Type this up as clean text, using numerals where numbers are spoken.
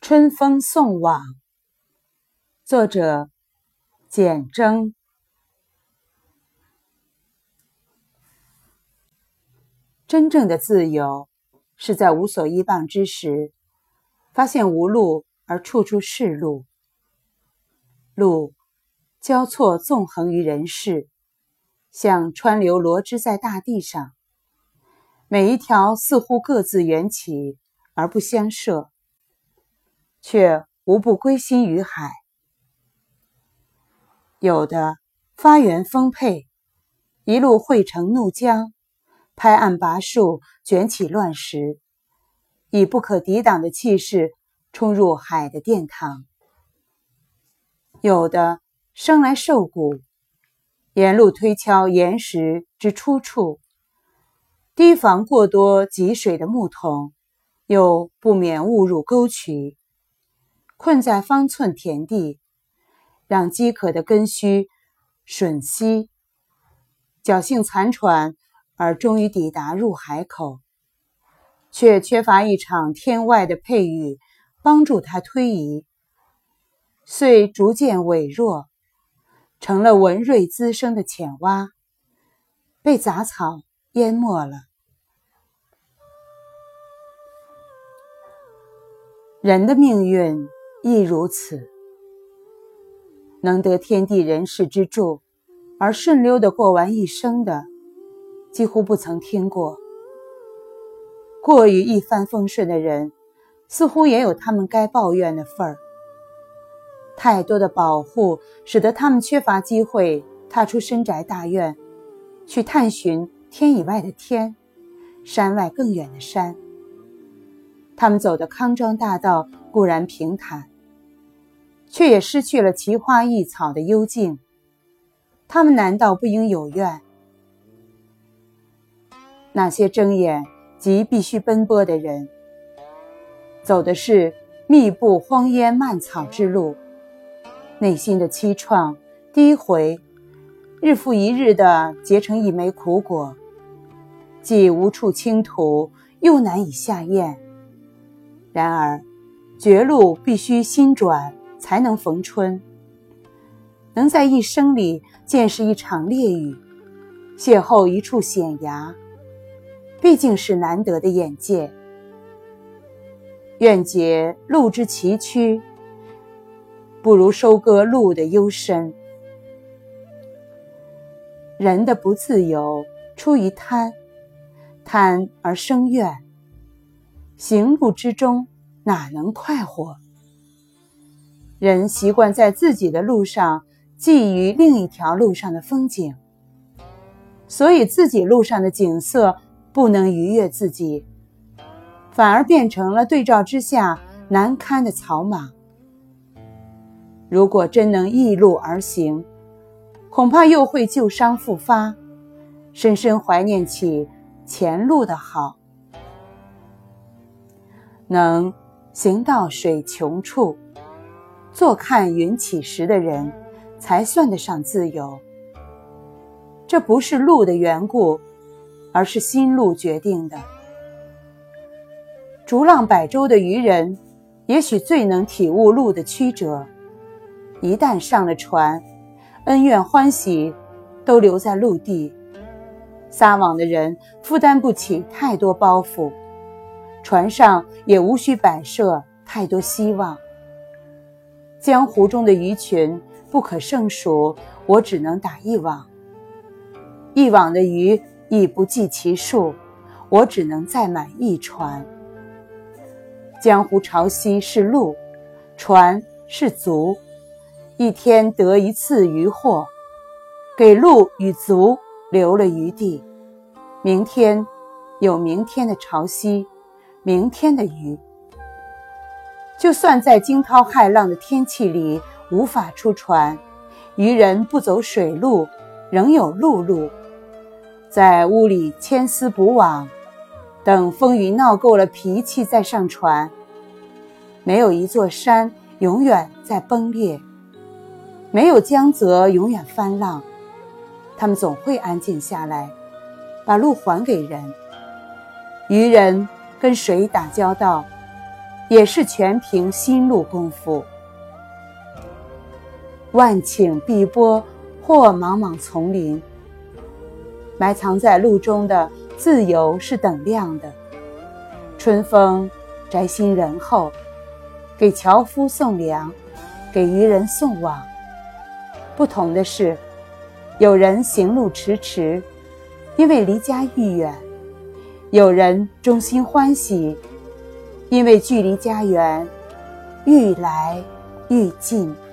春风送往，作者简征。真正的自由，是在无所依傍之时，发现无路而处处是路。路交错纵横于人世，像川流罗织在大地上，每一条似乎各自缘起而不相涉，却无不归心于海。有的发源丰沛，一路汇成怒江，拍岸拔树，卷起乱石，以不可抵挡的气势冲入海的殿堂。有的生来受谷，沿路推敲岩石之出处，提防过多积水的木桶，又不免误入沟渠，困在方寸田地，让饥渴的根须吮吸，侥幸残喘而终于抵达入海口，却缺乏一场天外的配雨帮助他推移，遂逐渐萎弱，成了文瑞滋生的浅洼，被杂草淹没了。人的命运亦如此，能得天地人世之助而顺溜地过完一生的，几乎不曾听过。过于一帆风顺的人，似乎也有他们该抱怨的份儿。太多的保护使得他们缺乏机会踏出深宅大院，去探寻天以外的天，山外更远的山。他们走的康庄大道固然平坦，却也失去了奇花异草的幽静。他们难道不应有怨？那些睁眼即必须奔波的人，走的是密布荒烟蔓草之路，内心的凄怆低回，日复一日地结成一枚苦果，既无处倾吐，又难以下咽。然而绝路必须心转才能逢春，能在一生里见识一场烈雨，邂逅一处险崖，毕竟是难得的眼界。愿解路之崎岖，不如收割路的幽深。人的不自由出于贪，贪而生怨，行路之中哪能快活？人习惯在自己的路上觊觎另一条路上的风景，所以自己路上的景色不能逾越自己，反而变成了对照之下难堪的草莽。如果真能异路而行，恐怕又会旧伤复发，深深怀念起前路的好。能行到水穷处，坐看云起时的人，才算得上自由。这不是路的缘故，而是心路决定的。逐浪百洲的渔人，也许最能体悟路的曲折。一旦上了船，恩怨欢喜都留在陆地。撒网的人负担不起太多包袱，船上也无需摆设太多希望。江湖中的鱼群不可胜数，我只能打一网。一网的鱼亦不计其数，我只能载满一船。江湖潮汐是路，船是足，一天得一次渔获，给路与足留了余地。明天有明天的潮汐，明天的鱼。就算在惊涛骇浪的天气里无法出船，渔人不走水路，仍有陆路。在屋里牵丝补网，等风雨闹够了脾气再上船。没有一座山永远在崩裂，没有江泽永远翻浪，他们总会安静下来，把路还给人。渔人跟水打交道， 也是全凭心路功夫。万顷碧波或茫茫丛林，埋藏在路中的自由是等量的。春风宅心仁厚，给樵夫送粮，给渔人送网。不同的是，有人行路迟迟，因为离家愈远；有人衷心欢喜，因为距离家园愈来愈近。